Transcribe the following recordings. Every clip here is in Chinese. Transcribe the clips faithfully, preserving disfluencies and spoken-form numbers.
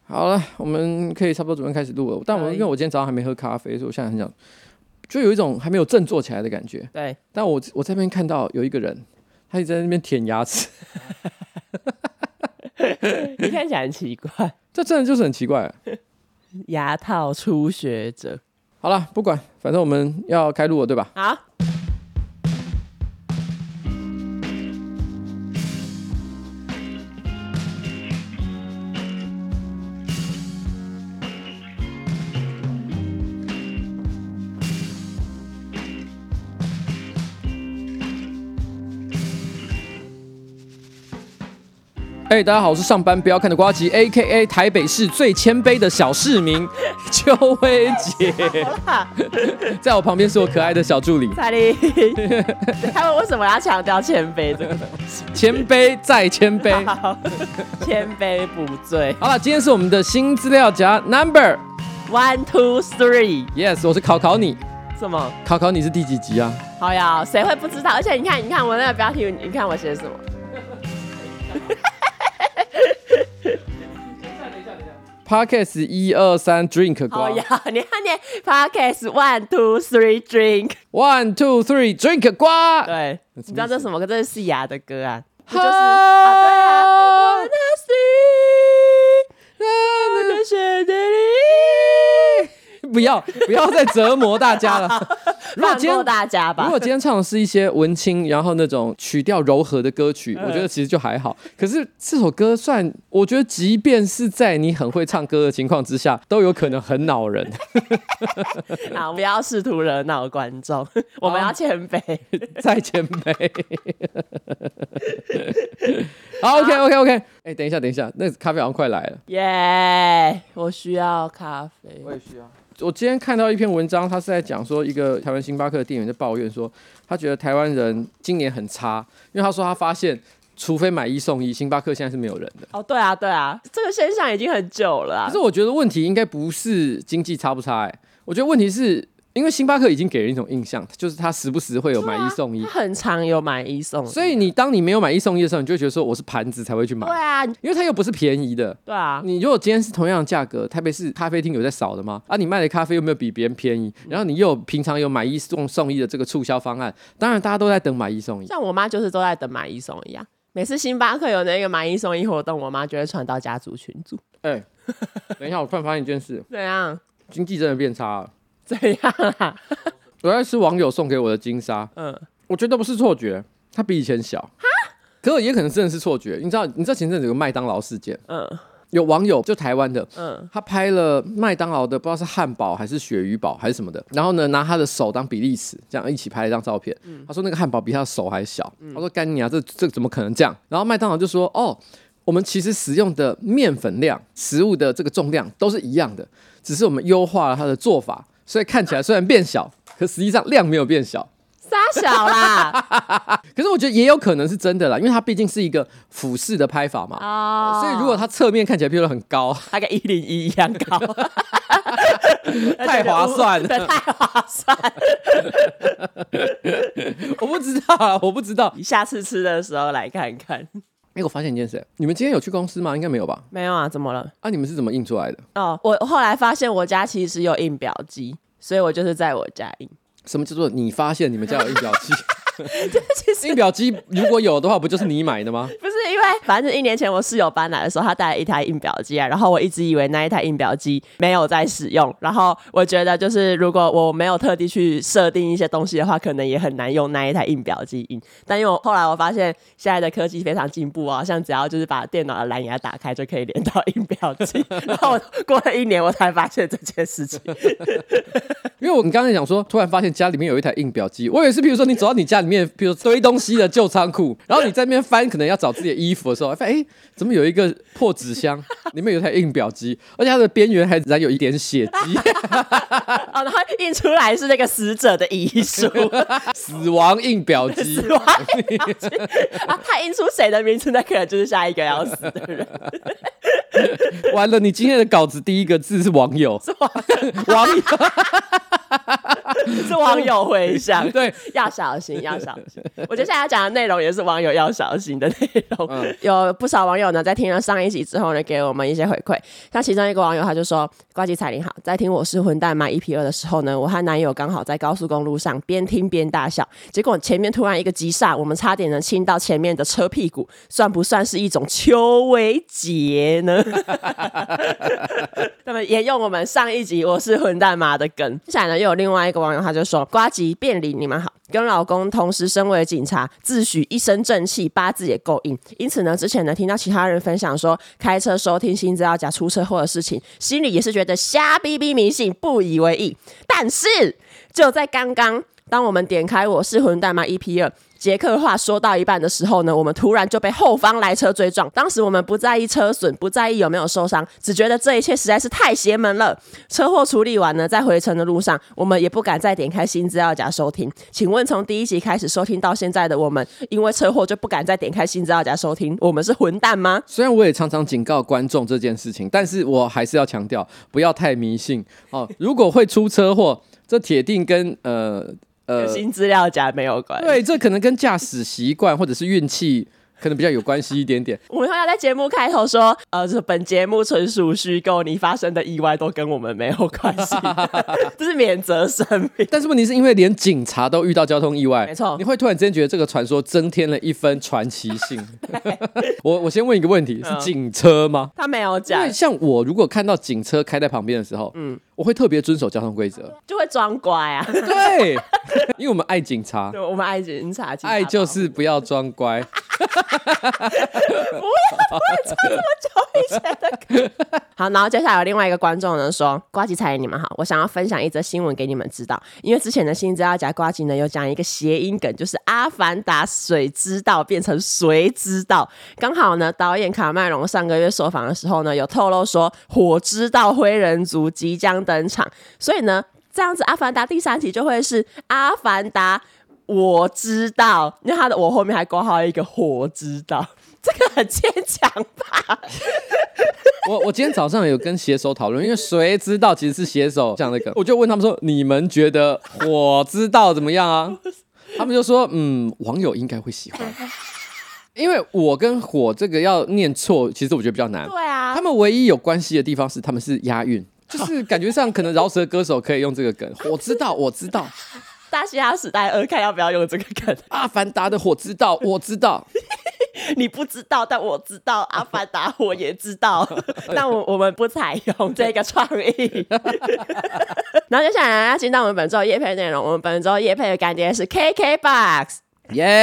好了，我们可以差不多准备开始录了。但我因为我今天早上还没喝咖啡，所以我现在很想，就有一种还没有振作起来的感觉。 对， 但我我在那边看到有一个人，他一直在那边舔牙齿， 你看起来很奇怪， 这真的就是很奇怪。 牙套初学者。 好了，不管，反正我们要开录了，对吧？ 好。 哎、欸，大家好，我是上班不要看的呱吉 ，A K A 台北市最谦卑的小市民邱薇姐。在我旁边是我可爱的小助理彩玲。他们为什么要强调谦卑这个东西？ 谦卑再谦卑， 谦卑不醉。 好了，今天是我们的新资料夹 Number One Two Three。Yes， 我是考考你。 什么？ 考考你是第几集啊？ 好呀，谁会不知道？而且你看，你看我那个标题，你看我写什么？ Podcast 一二三 Drink 瓜。 好呀，你看念 Podcast One Two Three Drink One Two Three Drink 瓜。 对，你知道这是什么歌？这是西雅的歌啊，就是啊，对啊。 不要不要再折磨大家了。如果今天大家吧， 如果今天唱的是一些文青，然后那种曲调柔和的歌曲，我觉得其实就还好。可是这首歌算，我觉得即便是在你很会唱歌的情况之下，都有可能很恼人。 好，不要试图惹恼观众，我们要谦卑， 再谦卑。好 ，OK OK OK。哎、欸，等一下等一下，那咖啡好像快来了。 耶、yeah, 我需要咖啡。 我也需要。我今天看到一篇文章，他是在讲说一个台湾星巴克的店员在抱怨说，他觉得台湾人今年很差，因为他说他发现，除非买一送一，星巴克现在是没有人的。 哦，对啊，对啊，这个现象已经很久了、啊。 可是我觉得问题应该不是经济差不差、欸，哎，我觉得问题是因为星巴克已经给人一种印象，就是他时不时会有买一送一， 他很常有买一送一， 所以你当你没有买一送一的时候，你就会觉得说我是盘子才会去买。 对啊， 因为它又不是便宜的。 对啊， 你如果今天是同样的价格，台北市咖啡厅有在少的吗？啊，你卖的咖啡又没有比别人便宜，然后你又有平常有买一送送一的这个促销方案，当然大家都在等买一送一。 像我妈就是都在等买一送一啊，每次星巴克有那个买一送一活动，我妈就会传到家族群组。 哎、欸，等一下，我突然发现一件事， 怎样？ 经济真的变差了。 怎样啊？ 我在吃网友送给我的金沙，嗯，我觉得不是错觉，它比以前小。哈，可是也可能真的是错觉。你知道，你知道前阵子有个麦当劳事件，嗯，有网友就台湾的，嗯，他拍了麦当劳的，不知道是汉堡还是鳕鱼堡还是什么的，然后呢，拿他的手当比例尺，这样一起拍了一张照片。嗯、他说那个汉堡比他的手还小，嗯、他说干你啊，这这怎么可能这样？然后麦当劳就说，哦，我们其实使用的面粉量、食物的这个重量都是一样的，只是我们优化了它的做法。所以看起来虽然变小，可实际上量没有变小， 傻小啦。 可是我觉得也有可能是真的啦，因為它毕竟是一个俯视的拍法嘛，哦、所以如果它侧面看起来譬如说很高， 它跟一零一一样高， 太划算了， 太划算了。 我不知道啊，我不知道， 你下次吃的时候来看看。 哎、欸，我发现一件事，你们今天有去公司吗？应该没有吧？ 没有啊，怎么了？ 啊，你们是怎么印出来的？ 哦，我后来发现我家其实有印表机，所以我就是在我家印。 什么叫做你发现你们家有印表机？印表机如果有的话，不就是你买的吗？ 不是，因为反正一年前我室友搬来的时候，他带了一台印表机啊，然后我一直以为那一台印表机没有在使用，然后我觉得就是如果我没有特地去设定一些东西的话，可能也很难用那一台印表机印。但因为我后来我发现现在的科技非常进步啊，像只要就是把电脑的蓝牙打开就可以连到印表机，然后我过了一年我才发现这件事情。 因为我你刚才讲说，突然发现家里面有一台印表机，我以为是，譬如说你走到你家里面，譬如堆东西的旧仓库，然后你在那边翻，可能要找自己的衣服的时候，发现哎，怎么有一个破纸箱，里面有一台印表机，而且它的边缘还染有一点血迹。 哦，然后印出来是那个死者的遗书， 死亡印表机， 死亡印表机啊，他印出谁的名字，那可能就是下一个要死的人。 完了，你今天的稿子第一个字是网友， 是网网友。 是网友回响。 对， 要小心，要小心。我接下来要讲的内容也是网友要小心的内容。嗯、有不少网友呢，在听了上一集之后呢，给我们一些回馈。像其中一个网友他就说：“呱吉彩铃好，在听我是混蛋吗 E P 二的时候呢，我和男友刚好在高速公路上边听边大笑，结果前面突然一个急刹，我们差点能亲到前面的车屁股，算不算是一种邱维杰呢？”那么沿用我们上一集我是混蛋妈的梗。接下来呢，又有另外一个网友他就说：“呱吉便利你们好，跟老公同时身为警察，自诩一身正气，八字也够硬。因此呢，之前呢听到其他人分享说开车收听新资料夹出车祸的事情，心里也是觉得瞎逼逼迷信，不以为意。但是就在刚刚，当我们点开我是混蛋吗 E P 二。杰克话说到一半的时候呢，我们突然就被后方来车追撞。当时我们不在意车损，不在意有没有受伤，只觉得这一切实在是太邪门了。车祸处理完呢，在回程的路上，我们也不敢再点开新资料夹收听。请问从第一集开始收听到现在的我们，因为车祸就不敢再点开新资料夹收听，我们是混蛋吗？ 虽然我也常常警告观众这件事情，但是我还是要强调，不要太迷信哦。如果会出车祸，这铁定跟呃。 呃，跟新资料夹没有关系。 对，这可能跟驾驶习惯或者是运气可能比较有关系一点点。 我们要在节目开头说，呃，这本节目纯属虚构，你发生的意外都跟我们没有关系，这是免责声明。 但是问题是因为连警察都遇到交通意外， 没错， 你会突然之间觉得这个传说增添了一分传奇性。我我先问一个问题，是警车吗？ 他没有讲。 因为像我如果看到警车开在旁边的时候，嗯，我会特别遵守交通规则， 就会装乖啊。 对，因为我们爱警察， 对，我们爱警察，警察爱就是不要装乖。不要不会唱这么久以前的歌。好，然后接下来有另外一个观众呢说：“呱吉彩铃你们好，我想要分享一则新闻给你们知道，因为之前的新资料夹呱吉呢有讲一个谐音梗，就是阿凡达水知道变成谁知道。刚好呢，导演卡麦隆上个月受访的时候呢，有透露说火知道灰人族即将登场，所以呢，这样子阿凡达第三集就会是阿凡达。”我知道，因为他的我后面还挂号一个火知道，这个很牵强吧？ 我我今天早上有跟写手讨论，因为谁知道其实是写手讲那个，我就问他们说，你们觉得火知道怎么样啊？他们就说，嗯，网友应该会喜欢。因为我跟火这个要念错，其实我觉得比较难。 对啊， 他们唯一有关系的地方是他们是押韵，就是感觉上可能饶舌歌手可以用这个梗。我知道，我知道。 大嘻哈时代二看要不要用这个梗？ 阿凡达的火知道，我知道。 你不知道，但我知道。阿凡达我也知道，但我我们不采用这个创意。然后接下来要进到我们本周的业配内容，我们本周业配的干爹是 K K B O X。 耶、yeah ！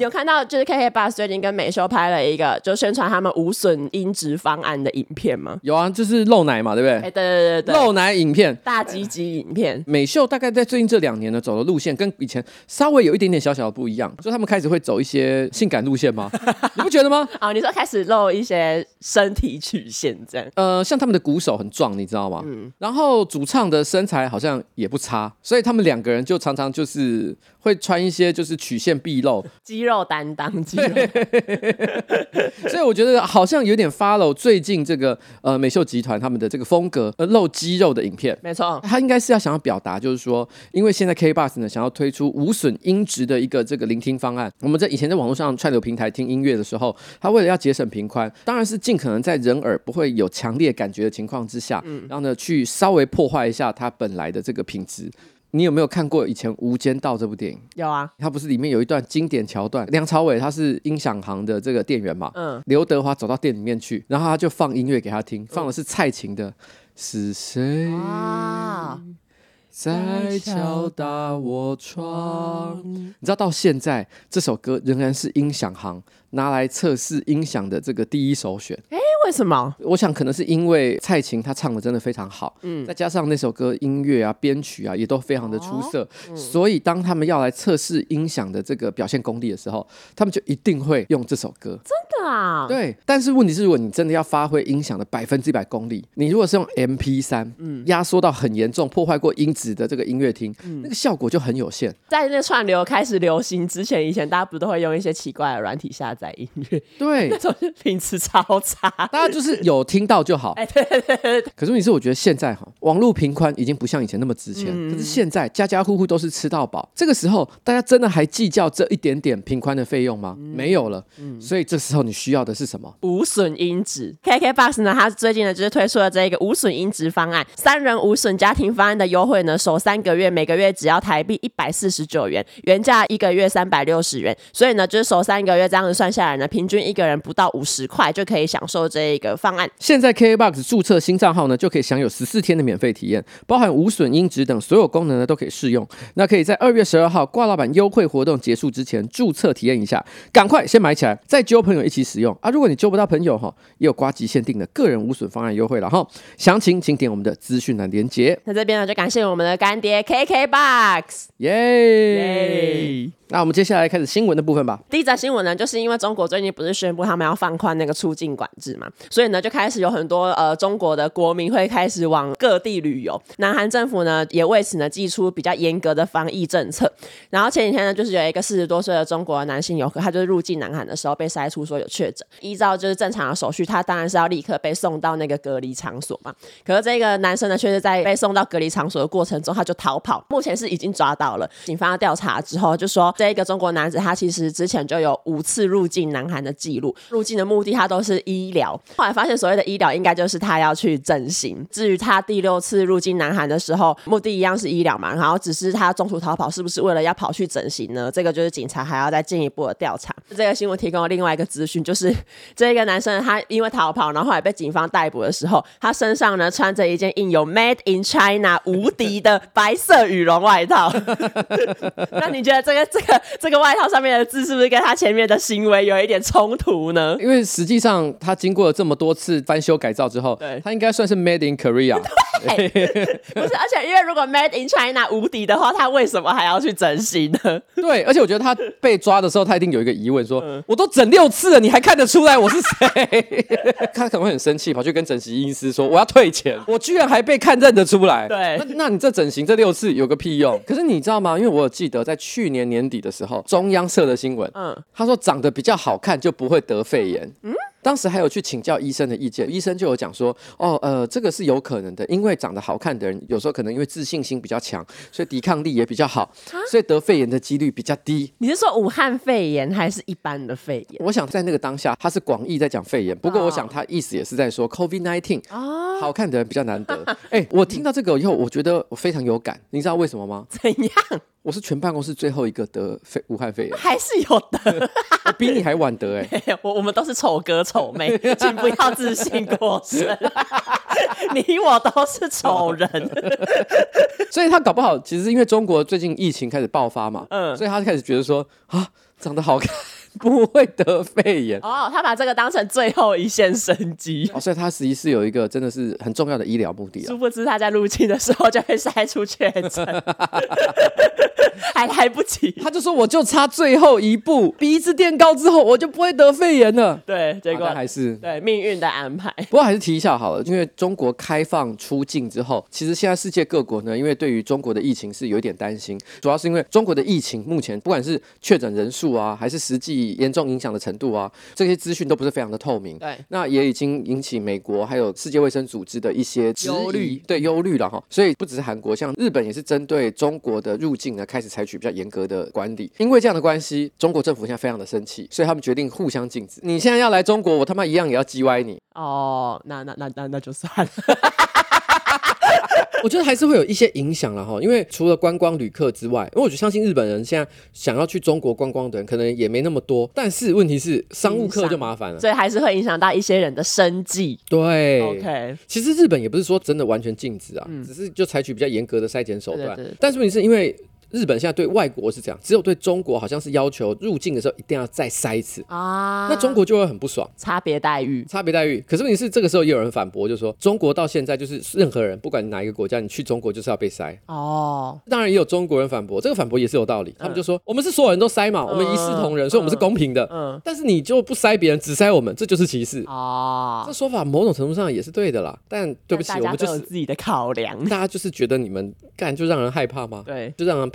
有看到就是 K K B O X 最近跟美秀拍了一个就宣传他们无损音质方案的影片吗？ 有啊，就是露奶嘛，对不对？ 哎、欸，对对对对， 露奶影片， 大鸡鸡影片。 美秀大概在最近这两年呢，走的路线跟以前稍微有一点点小小的不一样，所以他们开始会走一些性感路线吗？你不觉得吗？ 哦，你说开始露一些身体曲线这样？ 呃，像他们的鼓手很壮，你知道吗？嗯。然后主唱的身材好像也不差，所以他们两个人就常常就是会穿一些就是曲线毕露， 肌肉担当，肌肉。 所以我觉得好像有点 follow 最近这个呃美秀集团他们的这个风格，呃露肌肉的影片。 没错， 他应该是要想要表达，就是说，因为现在 K K B O X 呢想要推出无损音质的一个这个聆听方案。我们在以前在网络上串流平台听音乐的时候，他为了要节省频宽，当然是尽可能在人耳不会有强烈感觉的情况之下，嗯、然后呢去稍微破坏一下它本来的这个品质。你有没有看过以前《无间道》这部电影？ 有啊， 它不是里面有一段经典桥段，梁朝伟他是音响行的这个店员嘛，嗯，刘德华走到店里面去，然后他就放音乐给他听，放的是蔡琴的《是谁在敲打我窗》，你知道到现在这首歌仍然是音响行拿来测试音响的这个第一首选。 哎，为什么？ 我想可能是因为蔡琴她唱的真的非常好，嗯，再加上那首歌音乐啊、编曲啊也都非常的出色，哦嗯、所以当他们要来测试音响的这个表现功力的时候，他们就一定会用这首歌。 真的啊？ 对。但是问题是，如果你真的要发挥音响的百分之一百功力，你如果是用 M P 三，嗯，压缩到很严重、破坏过音质的这个音乐厅，嗯、那个效果就很有限。 在那串流开始流行之前，以前大家不都会用一些奇怪的软体下载音乐？ 对， 那种品质超差。 大家就是有听到就好。哎，对对对对。可是问题是，我觉得现在哈，网络频宽已经不像以前那么值钱。嗯、可是现在家家户户都是吃到饱，这个时候大家真的还计较这一点点频宽的费用吗？嗯、没有了。嗯、所以这时候你需要的是什么？ 无损音质。K K B O X 呢，它最近呢就是推出了这一个无损音质方案，三人无损家庭方案的优惠呢，首三个月每个月只要台币一百四十九元，原价一个月三百六十元，所以呢，就是首三个月这样子算下来呢，平均一个人不到五十块就可以享受这一个方案。 现在 K K B O X 注册新账号呢，就可以享有十四天的免费体验，包含无损音质等所有功能呢都可以试用。那可以在二月十二号挂老板优惠活动结束之前注册体验一下，赶快先买起来，再揪朋友一起使用啊！如果你揪不到朋友哈，也有呱吉限定的个人无损方案优惠了哈，详情请点我们的资讯栏连结。 那这边呢，就感谢我们的干爹 K K B O X， 耶！那我们接下来开始新闻的部分吧。 第一则新闻呢，就是因为中国最近不是宣布他们要放宽那个出境管制嘛，所以呢就开始有很多呃中国的国民会开始往各地旅游。南韩政府呢也为此呢祭出比较严格的防疫政策。然后前几天呢，就是有一个四十多岁的中国的男性游客，他就是入境南韩的时候被筛出说有确诊，依照就是正常的手续，他当然是要立刻被送到那个隔离场所嘛。可是这个男生呢，却是在被送到隔离场所的过程中，他就逃跑，目前是已经抓到了。警方调查之后就说，这个中国男子他其实之前就有五次入境南韩的记录，入境的目的他都是医疗，后来发现所谓的医疗应该就是他要去整形。至于他第六次入境南韩的时候，目的一样是医疗嘛，然后只是他中途逃跑是不是为了要跑去整形呢？这个就是警察还要再进一步的调查。这个新闻提供了另外一个资讯，就是这个男生他因为逃跑，然后后来被警方逮捕的时候，他身上呢穿着一件印有 Made in China 无敌的白色羽绒外套。那你觉得这个这个这个外套上面的字是不是跟他前面的行为有一点冲突呢？ 因为实际上他经过了这么多次翻修改造之后，他应该算是 Made in Korea。 不是，而且因为如果 Made in China 无敌的话，他为什么还要去整形呢？ 对，而且我觉得他被抓的时候，他一定有一个疑问说，嗯、我都整六次了，你还看得出来我是谁？他可能会很生气，跑去跟整形医师说我要退钱，我居然还被看认得出来。 对， 那, 那你这整形这六次有个屁用？可是你知道吗？因为我有记得在去年年底的时候，中央社的新闻，嗯，他说长得比较好看就不会得肺炎。嗯。当时还有去请教医生的意见，医生就有讲说，哦，呃，这个是有可能的，因为长得好看的人有时候可能因为自信心比较强，所以抵抗力也比较好，所以得肺炎的几率比较低。 你是说武汉肺炎还是一般的肺炎？ 我想在那个当下，他是广义在讲肺炎，不过我想他意思也是在说 COVID 十九、哦、好看的人比较难得。哎、欸，我听到这个以后，我觉得我非常有感，你知道为什么吗？ 怎样？ 我是全办公室最后一个得肺武汉肺炎， 还是有得， 我比你还晚得哎、 欸！我我们都是丑哥丑妹，请不要自信过深。你我都是丑人， 所以他搞不好其实因为中国最近疫情开始爆发嘛，嗯，所以他开始觉得说啊，长得好看不会得肺炎哦，他把这个当成最后一线生机哦，所以他实际是有一个真的是很重要的医疗目的啊。 殊不知他在入境的时候就会筛出确诊。还来不及， 他就说我就差最后一步，鼻子垫高之后我就不会得肺炎了。 对，结果、 啊、还是对命运的安排。 不过还是提一下好了，因为中国开放出境之后，其实现在世界各国呢，因为对于中国的疫情是有一点担心，主要是因为中国的疫情目前不管是确诊人数啊，还是实际严重影响的程度啊，这些资讯都不是非常的透明。 对， 那也已经引起美国还有世界卫生组织的一些质疑，对忧虑了哈。所以不只是韩国，像日本也是针对中国的入境呢，开始采取比较严格的管理。因为这样的关系，中国政府现在非常的生气，所以他们决定互相禁止。你现在要来中国，我他妈一样也要叽歪你。 哦，那那那那那就算了。 我觉得还是会有一些影响啦齁，因为除了观光旅客之外，因为我相信日本人现在想要去中国观光的人可能也没那么多，但是问题是商务客就麻烦了， 所以还是会影响到一些人的生计。 对 ，OK。 其实日本也不是说真的完全禁止啊，嗯、只是就采取比较严格的筛检手段。对对对，但是问题是因为日本现在对外国是这样，只有对中国好像是要求入境的时候一定要再筛一次啊，那中国就会很不爽， 差别待遇， 差别待遇。可是问题是这个时候也有人反驳，就说中国到现在就是任何人不管哪一个国家，你去中国就是要被筛哦。当然也有中国人反驳，这个反驳也是有道理，他们就说、嗯、我们是所有人都筛嘛，嗯、我们一视同仁，所以我们是公平的。嗯，但是你就不筛别人，只筛我们，这就是歧视哦。这说法某种程度上也是对的啦，但对不起，我们就是大家都有自己的考量， 大家就是觉得你们干就让人害怕吗？ 对， 就让人怕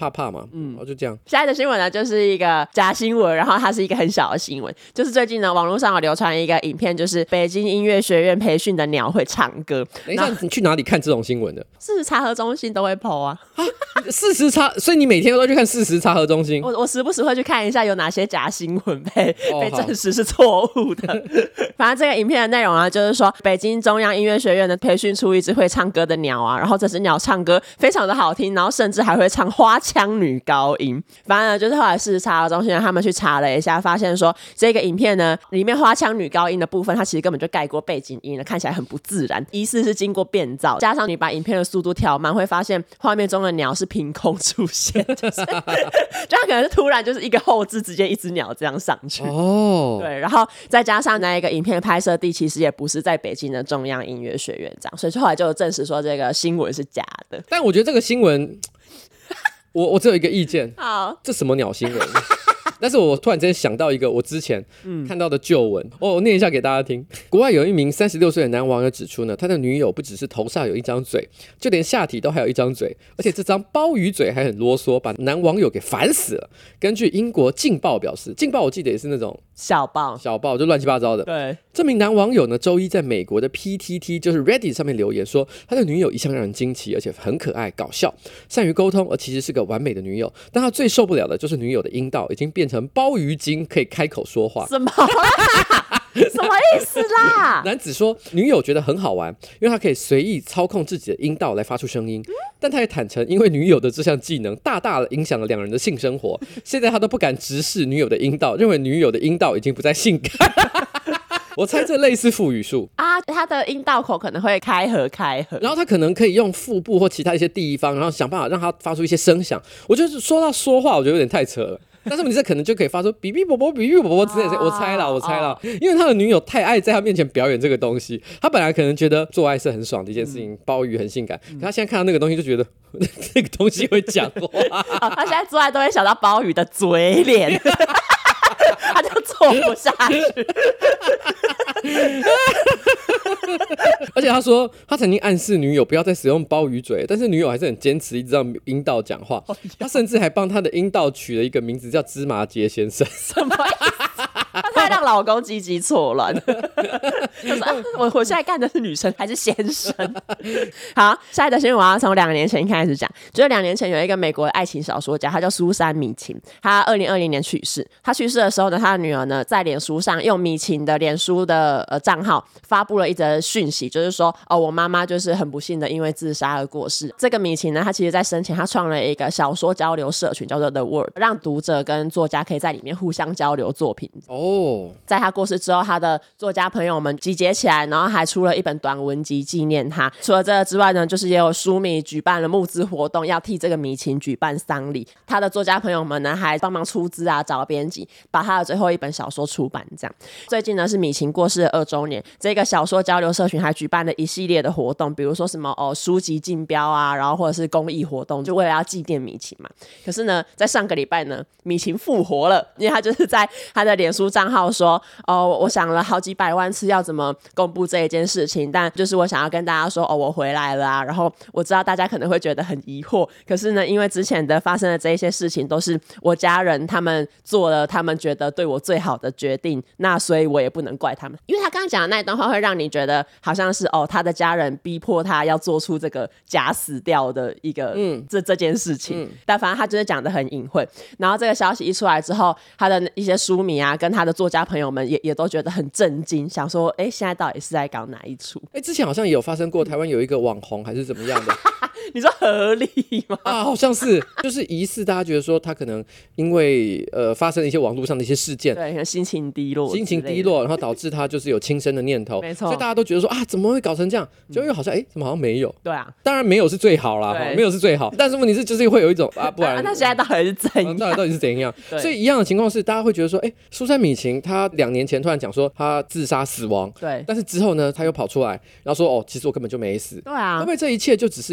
怕怕嘛，嗯，就这样。 下一则新闻呢，就是一个假新闻，然后它是一个很小的新闻，就是最近呢，网络上有流传一个影片，就是北京音乐学院培训的鸟会唱歌。 等一下，你去哪里看这种新闻的？ 事实查核中心都会 po 啊。 事实查，所以你每天都去看事实查核中心？ 我我时不时会去看一下有哪些假新闻被、哦、被证实是错误的。反正这个影片的内容啊，就是说北京中央音乐学院的培训出一只会唱歌的鸟啊，然后这只鸟唱歌非常的好听，然后甚至还会唱花腔女高音。反正呢，就是后来事实查核中心他们去查了一下，发现说这个影片呢里面花腔女高音的部分，它其实根本就盖过背景音了，看起来很不自然，疑似是经过变造，加上你把影片的速度调慢，会发现画面中的鸟是凭空出现，就是就它可能是突然就是一个后置，直接一只鸟这样上去哦。对，然后再加上那一个影片拍摄地其实也不是在北京的中央音乐学院这样，所以后来就证实说这个新闻是假的。 但我觉得这个新闻，我我只有一个意见， 好， 这什么鸟新闻？但是我突然间想到一个我之前看到的旧闻、嗯哦、我念一下给大家听。国外有一名三十六岁的男网友指出呢，他的女友不只是头上有一张嘴，就连下体都还有一张嘴，而且这张鲍鱼嘴还很啰嗦，把男网友给烦死了。根据英国《镜报》表示，《镜报》我记得也是那种小报小报，就乱七八糟的。 对， 这名男网友呢，周一在美国的 P T T 就是 Reddit 上面留言说，他的女友一向让人惊奇，而且很可爱搞笑，善于沟通，而其实是个完美的女友。但他最受不了的就是女友的阴道已经变成鲍鱼精，可以开口说话。 什么啦？什么意思啦？ 男子说，女友觉得很好玩，因为他可以随意操控自己的阴道来发出声音。嗯、但他也坦诚，因为女友的这项技能大大的影响了两人的性生活。现在他都不敢直视女友的阴道，认为女友的阴道已经不再性感。我猜这类似腹语术啊，他的阴道口可能会开合开合， 然后他可能可以用腹部或其他一些地方，然后想办法让他发出一些声响。我觉得说到说话，我觉得有点太扯了。但是你这可能就可以发出比比啵啵比比啵啵之类的，我猜啦，我猜啦，因为他的女友太爱在他面前表演这个东西，他本来可能觉得做爱是很爽的一件事情，鲍鱼很性感，可他现在看到那个东西就觉得那个东西会讲话、 哦，他现在做爱都会想到鲍鱼的嘴脸。他就做不下去。 而且他说他曾经暗示女友不要再使用鲍鱼嘴，但是女友还是很坚持一直让阴道讲话。他甚至还帮他的阴道取了一个名字叫芝麻街先生。 什么意思？他太让老公鸡鸡错乱。就是啊、我我现在干的是女生还是先生？好，下一则新闻我要从两个年前开始讲。就是两年前有一个美国的爱情小说家，他叫苏珊·米琴，他二零二零年去世。他去世的时候呢，他的女儿呢在脸书上用米琴的脸书的呃账号发布了一则讯息，就是说哦，我妈妈就是很不幸的因为自杀而过世。这个米琴呢，他其实在生前他创了一个小说交流社群，叫做 The Word， 让读者跟作家可以在里面互相交流作品。哦，在他过世之后，他的作家朋友们集结起来，然后还出了一本短文集纪念他。除了这个之外呢，就是也有书迷举办了募资活动，要替这个米琴举办丧礼。他的作家朋友们呢，还帮忙出资啊，找编辑，把他的最后一本小说出版。这样，最近呢是米琴过世的二周年，这个小说交流社群还举办了一系列的活动，比如说什么哦书籍竞标啊，然后或者是公益活动，就为了要纪念米琴嘛。可是呢，在上个礼拜呢，米琴复活了，因为他就是在他的脸书账号说，哦，我想了好几百万次要怎么公布这一件事情，但就是我想要跟大家说，哦，我回来了啊。然后我知道大家可能会觉得很疑惑，可是呢，因为之前的发生的这一些事情都是我家人他们做了他们觉得对我最好的决定，那所以我也不能怪他们。因为他刚刚讲的那一段话会让你觉得好像是哦，他的家人逼迫他要做出这个假死掉的一个、嗯、这这件事情、嗯、但反正他就是讲得很隐晦。然后这个消息一出来之后，他的一些书迷啊跟他的作家朋友们 也, 也都觉得很震惊，想说哎，现在到底是在搞哪一出？ 哎，之前好像也有发生过，台湾有一个网红还是怎么样的你说合理吗？ 啊，好像是，就是疑似大家觉得说他可能因为呃发生了一些网络上的一些事件， 对，心情低落， 心情低落，然后导致他就是有轻生的念头， 没错， 所以大家都觉得说啊，怎么会搞成这样？就又好像哎，怎么好像没有？ 对啊， 当然没有是最好啦，没有是最好，但是问题是就是会有一种啊，不然、 啊、那现在到底是怎样？ 到底到底是怎样？所以一样的情况是，大家会觉得说，哎，苏珊·米琴她两年前突然讲说她自杀死亡， 对， 但是之后呢，她又跑出来，然后说哦，其实我根本就没死， 对啊， 会不会这一切就只是一个商业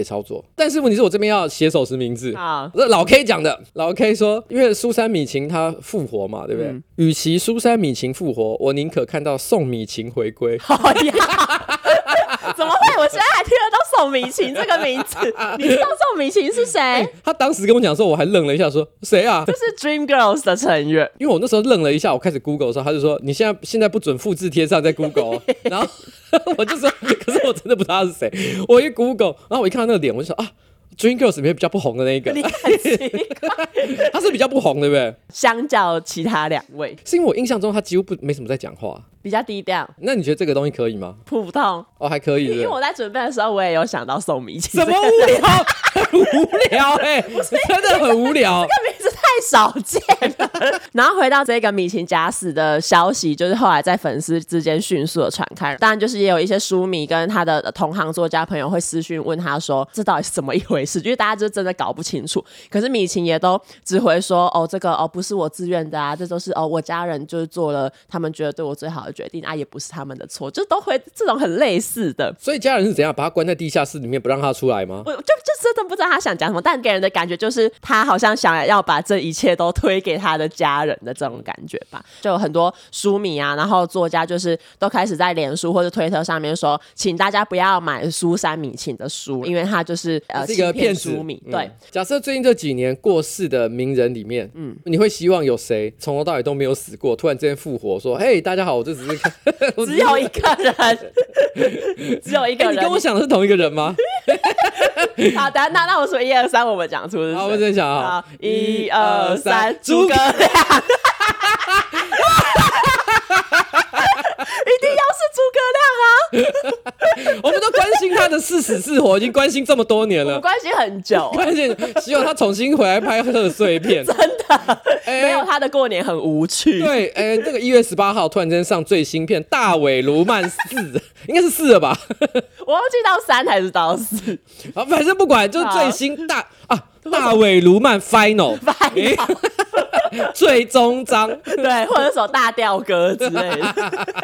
业操作。但是问题是我这边要写手实名制， 好， 这老 K 讲的，老 K 说，因为苏珊米琴她复活嘛，对不对？与、嗯、其苏珊米琴复活，我宁可看到宋米琴回归。 好呀。怎么会？我现在还听得到宋米琴这个名字，你知道宋米琴是谁？欸、 他当时跟我讲说，我还愣了一下，说谁啊？ 这是 Dream Girls 的成员。 因为我那时候愣了一下，我开始 Google 的时候，他就说你现在现在不准复制贴上在 Google， 然后我就说，可是我真的不知道他是谁。我一 Google， 然后我一看到那个脸，我就说啊。Dream Girls 里面比较不红的那一个， 你很奇怪， 他是比较不红，对不对？ 相较其他两位， 是因为我印象中他几乎不没什么在讲话， 比较低调。 那你觉得这个东西可以吗？ 普通哦，还可以。 因为我在准备的时候，我也有想到宋米琴。 什么无聊？很无聊哎、欸，真的很无聊。 这个名字太少见了。然后回到这个米琴假死的消息，就是后来在粉丝之间迅速的传开。当然，就是也有一些书迷跟他的同行作家朋友会私讯问他说，这到底是怎么一回事？因为大家就真的搞不清楚。可是米琴也都只回说，哦，这个哦不是我自愿的啊，这都是哦我家人就是做了他们觉得对我最好的决定啊，也不是他们的错，就都会这种很类似的。 所以家人是怎样把他关在地下室里面不让他出来吗？ 我就就真的不知道他想讲什么，但给人的感觉就是他好像想要把这一切都推给他的家人的这种感觉吧。就有很多书迷啊，然后作家就是都开始在脸书或者推特上面说，请大家不要买苏珊米琴的书，因为他就是呃是一个骗书迷。对、 嗯，假设最近这几年过世的名人里面，嗯，你会希望有谁从头到尾都没有死过，突然之间复活，说：“嘿，大家好，我这只是看， 只有一个人，只有一个人。欸” 你跟我想的是同一个人吗？ 好的，那那我说一二三，我们讲出是谁？ 好，我在想啊， 一二三，诸葛亮。一定要是诸葛亮啊！ 我们都关心他的是死是活，已经关心这么多年了， 我们关心很久， 关心希望他重新回来拍贺岁片。 真的、欸，没有他的过年很无趣。 对，哎、欸，这个一月十八号突然间上最新片《大尾卢曼四》，应该是四了吧？ 我忘记到三还是到四。 好，反正不管，就是最新大啊，大尾卢曼 Final Final 最终章， 对，或者首大调歌之类的。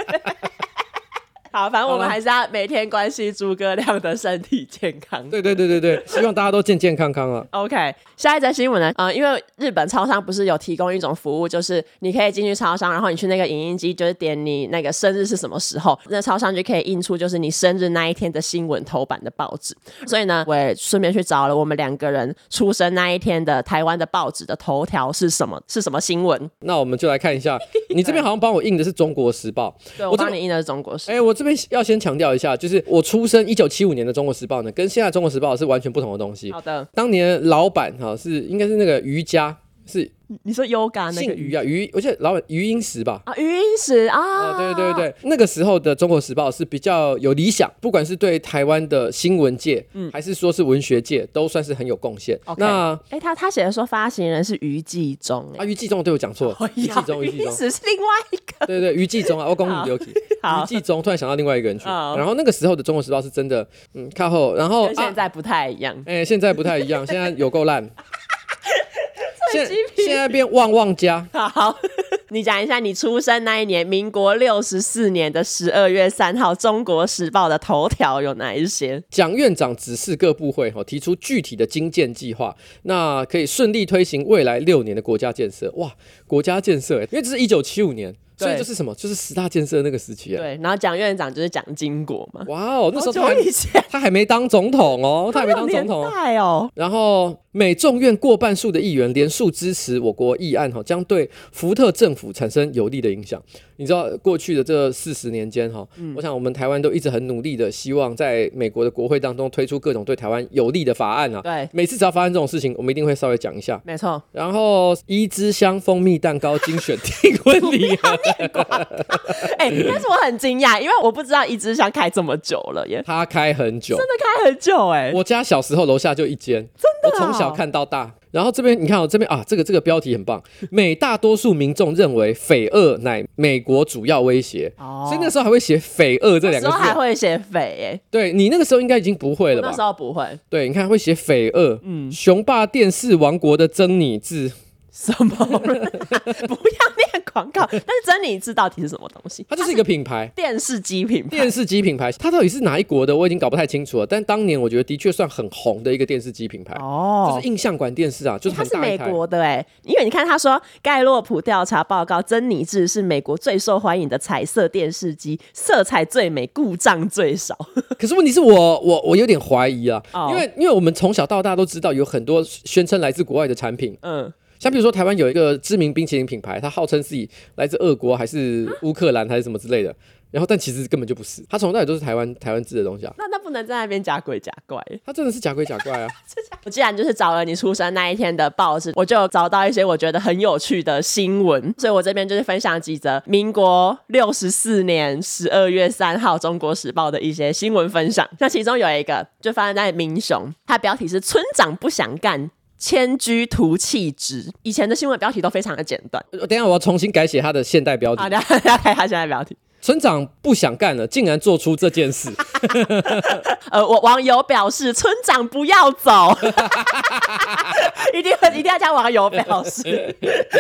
好，反正我们还是要每天关心诸葛亮的身体健康。 对对对对对，希望大家都健健康康啊。 OK， 下一则新闻呢？呃，因为日本超商不是有提供一种服务，就是你可以进去超商，然后你去那个影印机，就是点你那个生日是什么时候，那超商就可以印出就是你生日那一天的新闻头版的报纸。所以呢，我也顺便去找了我们两个人出生那一天的台湾的报纸的头条是什么，是什么新闻。 那我们就来看一下，你这边好像帮我印的是《中国时报》， 对，我帮你印的是《中国时报》。 哎、欸，我这边要先强调一下，就是我出生一九七五年的《中国时报》呢，跟现在《中国时报》是完全不同的东西。 好的， 当年老板哈是应该是那个瑜伽，是你说 yoga 那个姓于啊，于，我记得老板于英时吧？ 啊，于英时啊、 哦，对对对，那个时候的《中国时报》是比较有理想，不管是对台湾的新闻界，嗯，还是说是文学界，都算是很有贡献。 Okay. 那哎、欸，他他写的说发行人是于纪中， 啊，于纪中对我讲错，于纪中，于纪中是另外一个， 对对，于纪中啊，我公布丢弃，于纪中突然想到另外一个人去，然后那个时候的《中国时报》是真的，嗯，靠后，然后跟现在不太一样， 哎、啊欸，现在不太一样，现在有够烂。现, 现在变旺旺家。 好，你讲一下你出生那一年，民国六十四年的十二月三号，《中国时报》的头条有哪一些？ 蒋院长指示各部会提出具体的精建计划，那可以顺利推行未来六年的国家建设。哇，国家建设，因为这是一九七五年。所以就是什么，就是十大建设那个时期啊。 对，然后蒋院长就是蒋经国嘛。 哇哦，那时候他 还, 他还没当总统哦，他还没当总统哦。 然后美众院过半数的议员连数支持我国议案，将对福特政府产生有利的影响。你知道过去的这四十年间，嗯、我想我们台湾都一直很努力的，希望在美国的国会当中推出各种对台湾有利的法案啊。 对， 每次只要发生这种事情，我们一定会稍微讲一下。 没错。 然后一支香蜂蜜蛋糕精选订婚礼盒。 哎、欸，但是我很惊讶，因为我不知道一支香开这么久了耶。 他开很久， 真的开很久哎、欸。 我家小时候楼下就一间， 真的、哦， 我从小看到大。然后这边你看，我、哦、这边啊，这个这个标题很棒。美大多数民众认为匪俄乃美国主要威胁，哦、所以那时候还会写匪俄这两个字， 那时候还会写匪哎。 对，你那个时候应该已经不会了吧？ 那时候不会。 对，你看会写匪俄，嗯，雄霸电视王国的狰狞字。 什么？不要念广告。但是珍妮知到底是什么东西？ 它就是一个品牌， 电视机品牌。 电视机品牌，它到底是哪一国的？我已经搞不太清楚了。但当年我觉得的确算很红的一个电视机品牌，哦，就是映像管电视啊，就是很大一台。 它是美国的哎，因为你看他说盖洛普调查报告，珍妮智是美国最受欢迎的彩色电视机，色彩最美，故障最少。 可是问题是我我我有点怀疑啊，哦、因为因为我们从小到大都知道有很多宣称来自国外的产品，嗯。像比如说台湾有一个知名冰淇淋品牌，它号称自己来自俄国还是乌克兰还是什么之类的，然后但其实根本就不是，它从头到尾都是台湾台湾制的东西啊。 那那不能在那边假鬼假怪， 它真的是假鬼假怪啊！ 我既然就是找了你出生那一天的报纸，我就找到一些我觉得很有趣的新闻，所以我这边就是分享几则民国六十四年十二月三号中国时报的一些新闻分享。那其中有一个就发生在民雄，它标题是村长不想干，迁居图弃职。以前的新闻标题都非常的简短， 等一下我要重新改写他的现代标题。 好，等一下改他现代标题。 村长不想干了，竟然做出这件事。 呃，我网友表示，村长不要走，一定一定要加网友表示。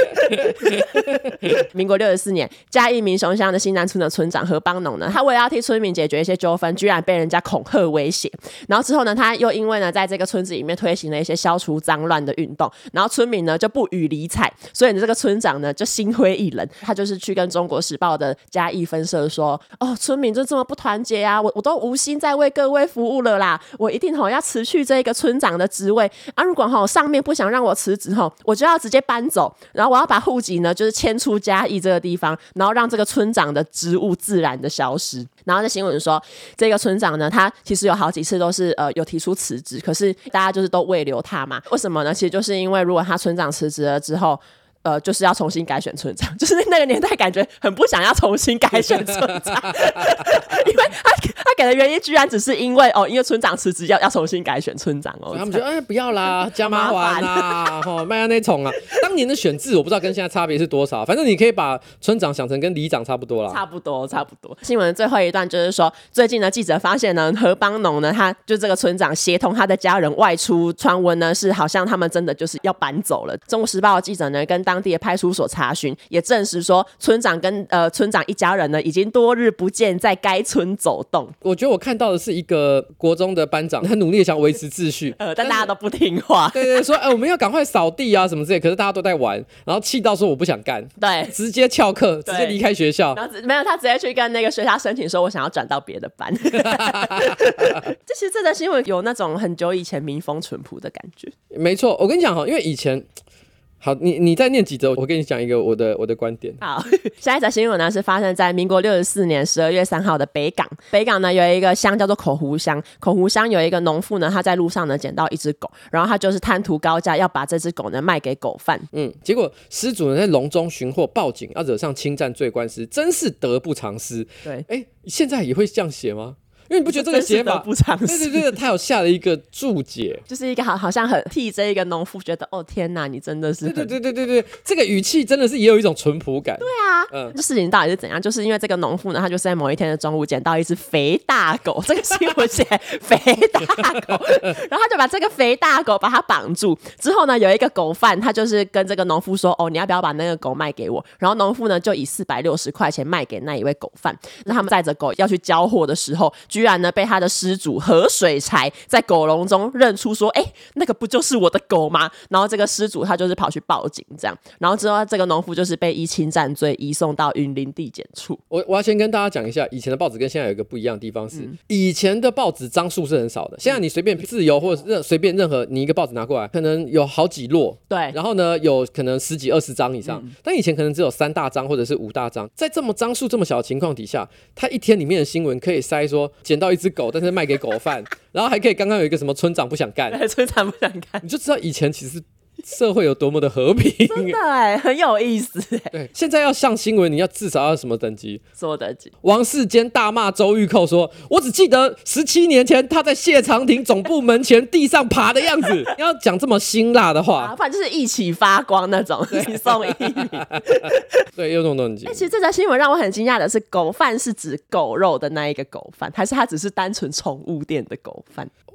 民国六十四年，嘉义民雄乡的新南村的村长何邦农呢，他为了要替村民解决一些纠纷，居然被人家恐吓威胁。然后之后呢，他又因为呢，在这个村子里面推行了一些消除脏乱的运动，然后村民呢就不予理睬，所以呢，这个村长呢就心灰意冷，他就是去跟中国时报的嘉义分社说，哦，村民就这么不团结啊，我我都无心在为各位服务了啦，我一定吼要辞去这个村长的职位啊！如果吼上面不想让我辞职吼，我就要直接搬走，然后我要把户籍呢就是迁出嘉义这个地方，然后让这个村长的职务自然的消失。然后在新闻说，这个村长呢，他其实有好几次都是呃有提出辞职，可是大家就是都未留他嘛。为什么呢？其实就是因为如果他村长辞职了之后，呃，就是要重新改选村长，就是那个年代感觉很不想要重新改选村长，因为他他给的原因居然只是因为哦，因为村长辞职要要重新改选村长哦， 他们觉得哎不要啦，加麻烦啦，吼卖那种啊。当年的选制我不知道跟现在差别是多少，反正你可以把村长想成跟里长差不多啦， 差不多差不多。新闻最后一段就是说，最近呢记者发现呢，何邦农呢，他就这个村长协同他的家人外出，传闻呢是好像他们真的就是要搬走了。中国时报的记者呢跟当地的派出所查询，也证实说村长跟呃村长一家人呢已经多日不见在该村走动。 我觉得我看到的是一个国中的班长，很努力的想维持秩序， 呃，但大家都不听话。 对对，说哎、呃、我们要赶快扫地啊什么之类，可是大家都在玩，然后气到说我不想干， 对， 直接翘课，直接离开学校。 然后没有，他直接去跟那个学校申请说，我想要转到别的班。这其实这则新闻有那种很久以前民风淳朴的感觉。 没错，我跟你讲哈，因为以前。好，你你再念几则，我跟你讲一个我的我的观点。 好，下一则新闻呢是发生在民国六十四年十二月三号的北港。北港呢有一个乡叫做口湖乡，口湖乡有一个农妇呢，他在路上呢捡到一只狗，然后他就是贪图高价要把这只狗呢卖给狗贩。 嗯，结果失主呢在笼中寻获报警，要惹上侵占罪官司，真是得不偿失。 对， 哎，现在也会这样写吗？因为你不觉得这个写法不偿失？ 对对对，他有下了一个注解， 就是一个好好像很替这一个农夫觉得，哦天哪，你真的是对对对对对对，这个语气真的是也有一种淳朴感。 对啊，嗯，这事情到底是怎样？就是因为这个农夫呢，他就是在某一天的中午捡到一只肥大狗，这个新闻写肥大狗，然后他就把这个肥大狗把它绑住之后呢，有一个狗贩，他就是跟这个农夫说，哦，你要不要把那个狗卖给我？然后农夫呢就以四百六十块钱卖给那一位狗贩。那他们载着狗要去交货的时候，居然呢被他的失主何水柴在狗笼中认出说，哎、欸，那个不就是我的狗吗？然后这个失主他就是跑去报警，这样，然后之后这个农夫就是被依侵占罪移送到云林地检处。 我我要先跟大家讲一下，以前的报纸跟现在有一个不一样的地方是，嗯、以前的报纸张数是很少的，现在你随便自由或者随便任何你一个报纸拿过来，可能有好几摞， 对， 然后呢有可能十几二十张以上、嗯，但以前可能只有三大张或者是五大张，在这么张数这么小的情况底下，他一天里面的新闻可以塞说捡到一只狗，但是卖给狗贩，然后还可以刚刚有一个什么村长不想干， 村长不想干， 你就知道以前其实社会有多么的和平， 真的哎，很有意思哎。 对，现在要上新闻，你要至少要什么等级？ 什么等级？ 王世坚大骂周玉蔻说：“我只记得十七年前他在谢长廷总部门前地上爬的样子。”你要讲这么辛辣的话， 啊、不然就是一起发光那种，一送一名。 对，有种等级。 哎、欸，其实这则新闻让我很惊讶的是，狗贩是指狗肉的那一个狗贩，还是它只是单纯宠物店的狗贩？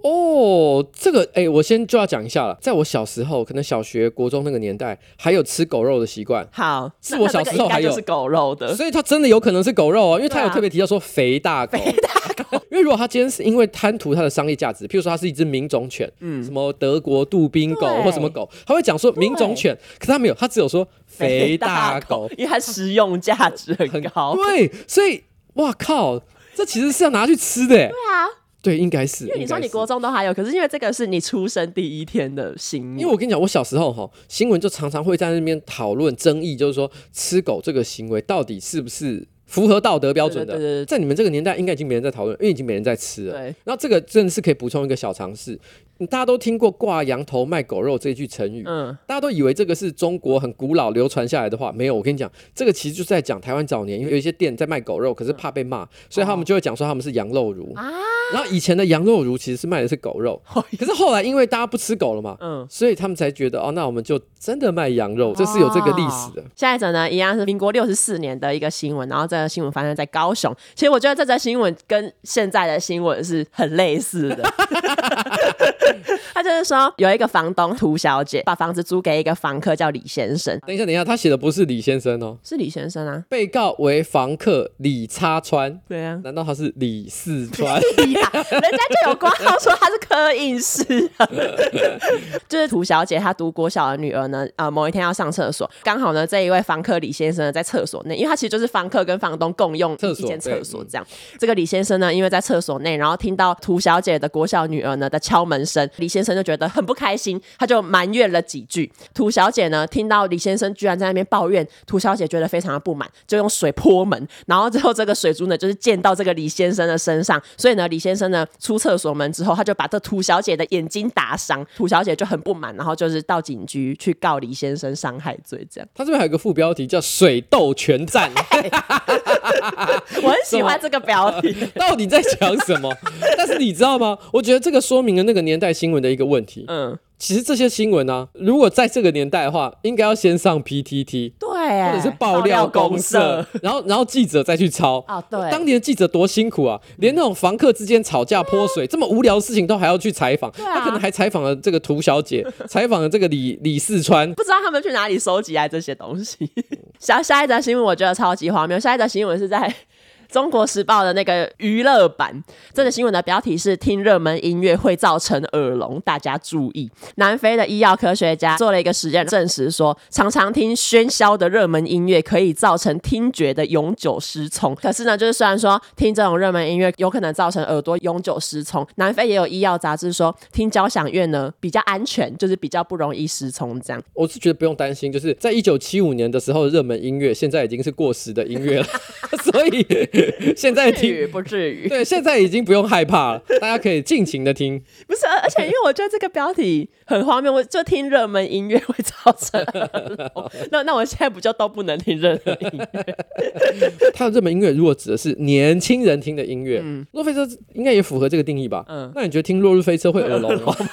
哦，这个哎、欸，我先就要讲一下了。在我小时候，可能小学、国中那个年代，还有吃狗肉的习惯。 好， 是我小时候还有， 是狗肉的， 所以它真的有可能是狗肉哦，因为它有特别提到说肥大狗。 肥大狗， 因为如果它今天是因为贪图它的商业价值，譬如说它是一只名种犬，嗯，什么德国杜宾狗或什么狗，他会讲说名种犬，可是他没有，他只有说肥大狗， 因为它食用价值很高。 对，所以哇靠，这其实是要拿去吃的。对啊。 对，应该是， 因为你说你国中都还有，可是因为这个是你出生第一天的新闻。 因为我跟你讲，我小时候哈，新闻就常常会在那边讨论争议，就是说吃狗这个行为到底是不是符合道德标准的。 对对对对， 在你们这个年代，应该已经没人在讨论，因为已经没人在吃了。对，然后这个真的是可以补充一个小常识。大家都听过挂羊头卖狗肉这一句成语，嗯，大家都以为这个是中国很古老流传下来的话，没有。我跟你讲，这个其实就是在讲台湾早年，因为有一些店在卖狗肉，可是怕被骂，所以他们就会讲说他们是羊肉炉啊。然后以前的羊肉炉其实是卖的是狗肉，可是后来因为大家不吃狗了嘛，嗯，所以他们才觉得哦，那我们就真的卖羊肉，这是有这个历史的。 下一则呢，一样是民国六十四年的一个新闻，然后这个新闻发生在高雄。其实我觉得这则新闻跟现在的新闻是很类似的。他就是说，有一个房东涂小姐把房子租给一个房客叫李先生。 等一下，等一下，他写的不是李先生哦， 是李先生啊。 被告为房客李叉川。 对啊， 难道他是李四川？ 人家就有挂号说他是柯应士。就是涂小姐她读国小的女儿呢，呃，某一天要上厕所，刚好呢这一位房客李先生呢在厕所内，因为他其实就是房客跟房东共用一间厕所这样。这个李先生呢，因为在厕所内，然后听到涂小姐的国小女儿呢的敲门声，李先生就觉得很不开心，他就埋怨了几句。涂小姐呢听到李先生居然在那边抱怨，涂小姐觉得非常的不满，就用水泼门，然后最后这个水珠呢就是溅到这个李先生的身上，所以呢李先生呢出厕所门之后，他就把这涂小姐的眼睛打伤，涂小姐就很不满，然后就是到警局去告李先生伤害罪这样。 他这边还有个副标题叫水斗全战。 我很喜欢这个标题。 到底在讲什么？但是你知道吗，我觉得这个说明了那个年代新闻的一个问题。嗯，其实这些新闻啊，如果在这个年代的话，应该要先上 P T T， 对， 或者是爆料公社，然后然后记者再去抄。 哦，对， 当年的记者多辛苦啊，连那种房客之间吵架泼水、啊、这么无聊的事情都还要去采访、啊。他可能还采访了这个涂小姐，采访了这个李李四川， 不知道他们去哪里收集来这些东西。下下一则新闻我觉得超级荒谬，下一则新闻是在中国时报的那个娱乐版，这个新闻的标题是听热门音乐会造成耳聋，大家注意。南非的医药科学家做了一个实验，证实说常常听喧嚣的热门音乐可以造成听觉的永久失聪。可是呢，就是虽然说听这种热门音乐有可能造成耳朵永久失聪，南非也有医药杂志说听交响乐呢比较安全，就是比较不容易失聪这样。 我是觉得不用担心，就是在一九七五年的时候热门音乐现在已经是过时的音乐了。所以现在听不至于， 对，现在已经不用害怕了，大家可以尽情的听。 不是，而且因为我觉得这个标题很荒谬，我就听热门音乐会造成那那我现在不就都不能听热门音乐？ 他的热门音乐如果指的是年轻人听的音乐，嗯，落日飞车应该也符合这个定义吧？嗯，那你觉得听落日飞车会耳聋吗？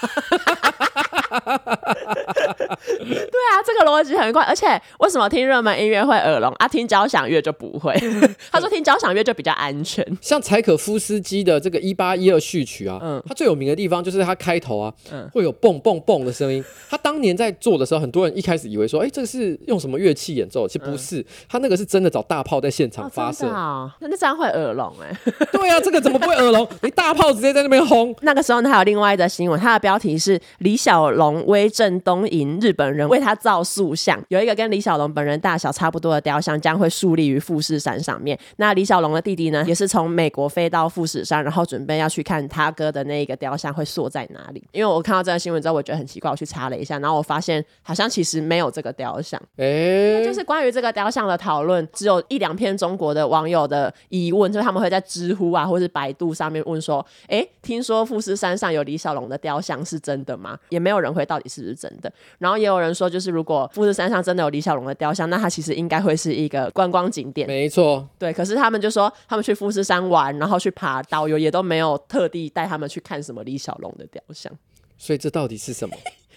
对啊，这个逻辑很怪，而且为什么听热门音乐会耳聋啊？听交响乐就不会？他说听交响乐就比较安全。 像柴可夫斯基的这个一八一二序曲啊，嗯，他最有名的地方就是他开头啊，嗯，会有蹦蹦蹦的声音。他当年在做的时候，很多人一开始以为说，哎、欸，这个是用什么乐器演奏？其实不是，他那个是真的找大炮在现场发射。 哦，那这样会耳聋哎？ 对啊，这个怎么不会耳聋？你大炮直接在那边轰。 那个时候，他有另外一则新闻，他的标题是李小龙威震东瀛，日本人为他造塑像，有一个跟李小龙本人大小差不多的雕像将会树立于富士山上面。那李小龙的弟弟呢，也是从美国飞到富士山，然后准备要去看他哥的那一个雕像会塑在哪里。因为我看到这个新闻之后，我觉得很奇怪，我去查了一下，然后我发现好像其实没有这个雕像。欸、就是关于这个雕像的讨论，只有一两篇中国的网友的疑问，就是他们会在知乎啊或是百度上面问说，哎，听说富士山上有李小龙的雕像是真的吗？也没有人回到底是不是真的。然后也有人说，就是如果富士山上真的有李小龙的雕像，那它其实应该会是一个观光景点。 没错， 对。可是他们就说，他们去富士山玩，然后去爬，导游也都没有特地带他们去看什么李小龙的雕像。 所以这到底是什么？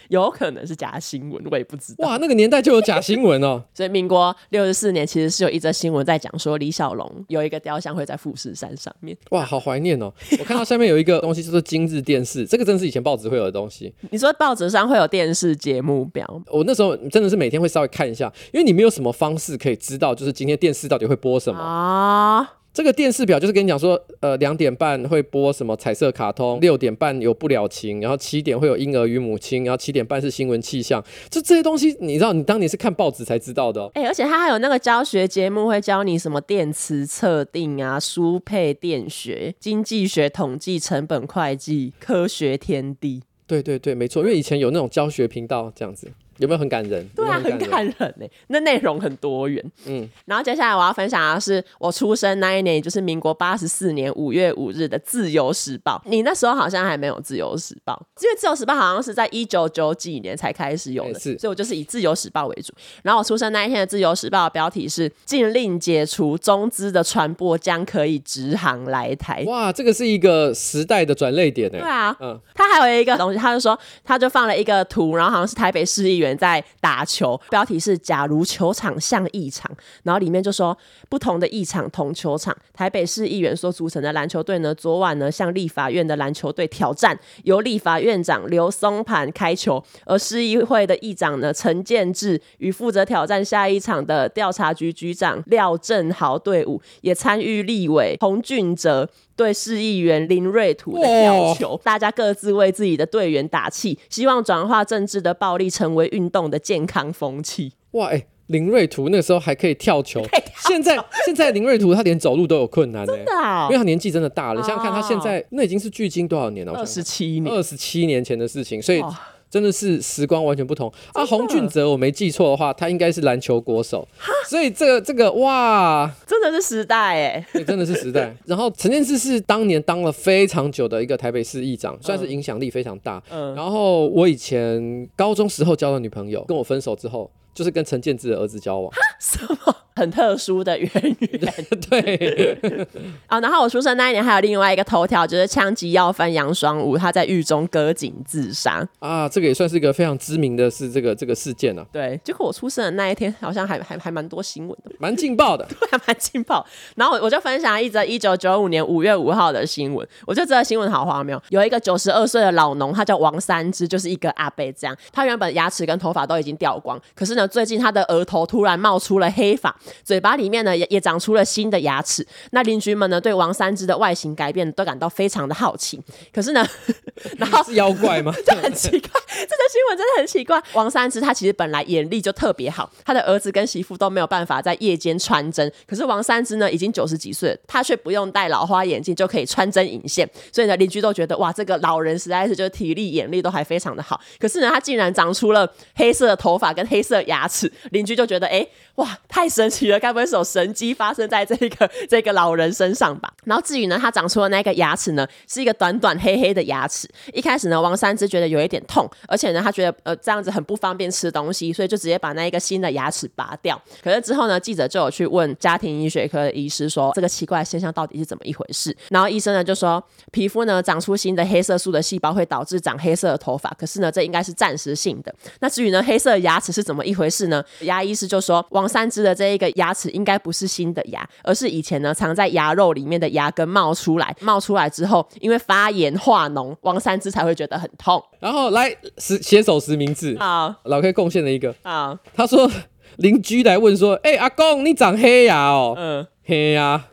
有可能是假新闻，我也不知道。 哇，那个年代就有假新闻哦。 所以民国六十四年其实是有一则新闻在讲说李小龙有一个雕像会在富士山上面。 哇，好怀念哦。我看到下面有一个东西叫做今日电视，这个真的是以前报纸会有的东西。 你说报纸上会有电视节目表？ 我那时候真的是每天会稍微看一下，因为你没有什么方式可以知道就是今天电视到底会播什么啊。这个电视表就是跟你讲说，呃，两点半会播什么彩色卡通，六点半有不了情，然后七点会有婴儿与母亲，然后七点半是新闻气象，就这些东西，你知道，你当年是看报纸才知道的哦。 哎、欸，而且它还有那个教学节目，会教你什么电磁测定啊、输配电学、经济学、统计、成本会计、科学天地。 对对对，没错，因为以前有那种教学频道这样子。有没有很感人？ 对啊，很感人欸，那内容很多元。嗯，然后接下来我要分享的是我出生那一年，就是民国八十四年五月五日的《自由时报》。你那时候好像还没有《自由时报》，因为《自由时报》好像是在一九九几年才开始有的，所以我就是以《自由时报》为主。然后我出生那一天的《自由时报》的标题是“禁令解除，中资的传播将可以直航来台”。 哇，这个是一个时代的转捩点欸。 对啊，嗯，他还有一个东西，他就说，他就放了一个图，然后好像是台北市议员在打球，标题是假如球场像艺场，然后里面就说不同的艺场同球场，台北市议员所组成的篮球队呢，昨晚呢向立法院的篮球队挑战，由立法院长刘松盘开球，而市议会的议长呢陈建志与负责挑战下一场的调查局局长廖正豪队伍也参与立委洪俊哲对市议员林瑞图的跳球，大家各自为自己的队员打气，希望转化政治的暴力成为运动的健康风气。 哇，哎、欸，林瑞图那个时候还可以跳球，跳球现在现在林瑞图他连走路都有困难、欸，真的啊， 因为他年纪真的大了。你想想看，他现在那已经是距今多少年了？ 二十七年， 二十七年前的事情，所以。真的是时光完全不同啊！洪俊哲，我没记错的话，他应该是篮球国手，所以这个这个哇， 真的是时代哎、 欸，真的是时代。然后陈建志是当年当了非常久的一个台北市议长，算是影响力非常大。嗯，然后我以前高中时候交的女朋友，跟我分手之后，就是跟陈建志的儿子交往。 什么？很特殊的渊源。 对啊、哦，然后我出生那一年还有另外一个头条，就是枪击要犯杨双武，他在狱中割颈自杀啊，这个也算是一个非常知名的是这个这个事件啊。 对，结果我出生的那一天好像还还还蛮多新闻的， 蛮劲爆的， 对，还蛮劲爆。然后我就分享一则一九九五年五月五号的新闻，我觉得这个新闻好荒谬。有一个九十二岁的老农，他叫王三枝，就是一个阿伯这样，他原本牙齿跟头发都已经掉光，可是呢，最近他的额头突然冒出了黑发，嘴巴里面呢 也, 也长出了新的牙齿。那邻居们呢对王三枝的外形改变都感到非常的好奇。可是呢，然后是妖怪吗？ 就很奇怪，这个新闻真的很奇怪。王三枝他其实本来眼力就特别好，他的儿子跟媳妇都没有办法在夜间穿针，可是王三枝呢已经九十几岁了，他却不用戴老花眼镜就可以穿针引线，所以呢邻居都觉得哇，这个老人实在是就是体力眼力都还非常的好。可是呢他竟然长出了黑色的头发跟黑色的牙齿，邻居就觉得哎哇太神奇了，该不会是有神迹发生在这个这个老人身上吧？然后至于呢他长出的那个牙齿呢是一个短短黑黑的牙齿。一开始呢王三枝觉得有一点痛，而且呢他觉得呃这样子很不方便吃东西，所以就直接把那一个新的牙齿拔掉。可是之后呢记者就有去问家庭医学科的医师说这个奇怪的现象到底是怎么一回事，然后医生呢就说皮肤呢长出新的黑色素的细胞会导致长黑色的头发，可是呢这应该是暂时性的。那至于呢黑色的牙齿是怎么一回事呢？牙医师就说王三枝的这一个牙齿应该不是新的牙，而是以前呢藏在牙肉里面的牙根冒出来，冒出来之后因为发炎化脓，王三枝才会觉得很痛。 然后来写首实名字， 好， 老 K 贡献了一个， 好， 他说邻居来问说，哎、欸，阿公你长黑牙哦，嗯，黑牙。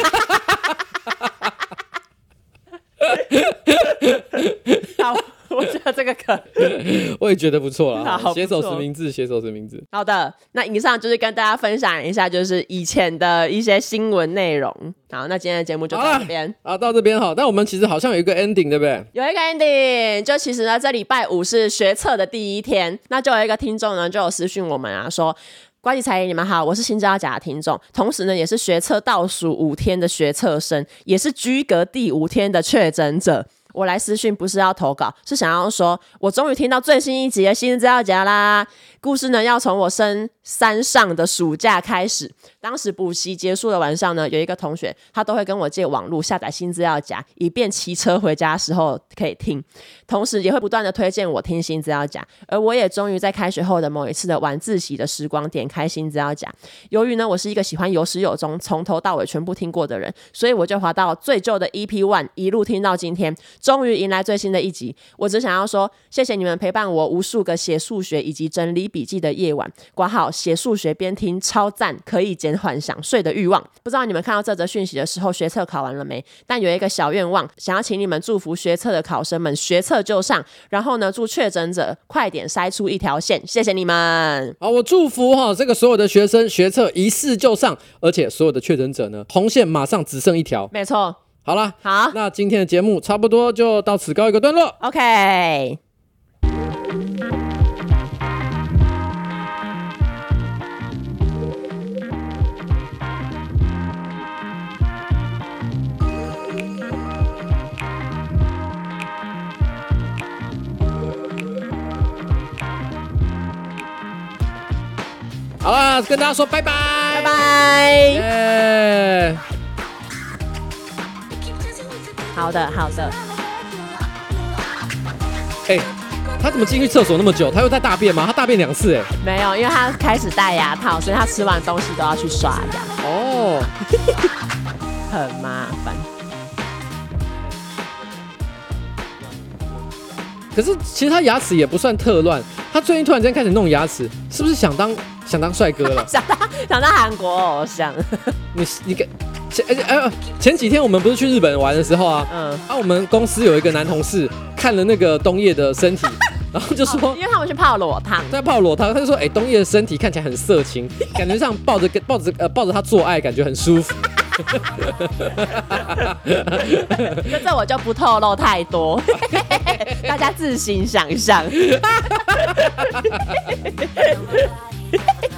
好，我觉得这个可我也觉得不错啦，写首实名字，写首实名字。 好的，那以上就是跟大家分享一下，就是以前的一些新闻内容。好，那今天的节目就到这边啊，到这边好。但我们其实好像有一个 ending， 对不对？ 有一个 ending， 就其实呢，这礼拜五是学测的第一天，那就有一个听众呢，就有私讯我们啊，说。呱吉彩你们好，我是新知道甲的听众，同时呢也是学测倒数五天的学测生，也是居隔第五天的确诊者。我来私讯不是要投稿，是想要说我终于听到最新一集的新资料夹啦。故事呢要从我升三上的暑假开始，当时补习结束的晚上呢，有一个同学他都会跟我借网路下载新资料夹，以便骑车回家的时候可以听，同时也会不断的推荐我听新资料夹。而我也终于在开学后的某一次的晚自习的时光点开新资料夹，由于呢我是一个喜欢有始有终从头到尾全部听过的人，所以我就滑到最旧的 E P 一 一路听到今天，终于迎来最新的一集。我只想要说谢谢你们陪伴我无数个写数学以及整理笔记的夜晚，括号写数学边听超赞，可以减缓想睡的欲望。不知道你们看到这则讯息的时候学测考完了没，但有一个小愿望，想要请你们祝福学测的考生们学测就上，然后呢祝确诊者快点筛出一条线，谢谢你们。 好，我祝福哈这个所有的学生学测一试就上，而且所有的确诊者呢红线马上只剩一条。 没错。 好啦， 好， 那今天的节目差不多就到此告一个段落。 OK， 好啦，跟大家说拜拜， 拜拜。 耶、yeah 好的，好的。 哎、欸，他怎么进去厕所那么久？他又在大便吗？他大便两次哎、欸。 没有，因为他开始戴牙套，所以他吃完东西都要去刷牙。 哦， 很麻烦。 可是其实他牙齿也不算特乱，他最近突然间开始弄牙齿，是不是想当想当帅哥了？ 想当想当韩国偶像。 你你给前呃前几天我们不是去日本玩的时候啊，嗯，啊我们公司有一个男同事看了那个东叶的身体，然后就说， 哦、因为他们去泡裸汤， 在泡裸汤，他就说，哎、欸，东叶的身体看起来很色情，感觉上抱着抱着呃抱着他做爱，感觉很舒服。 那这我就不透露太多，大家自行想象。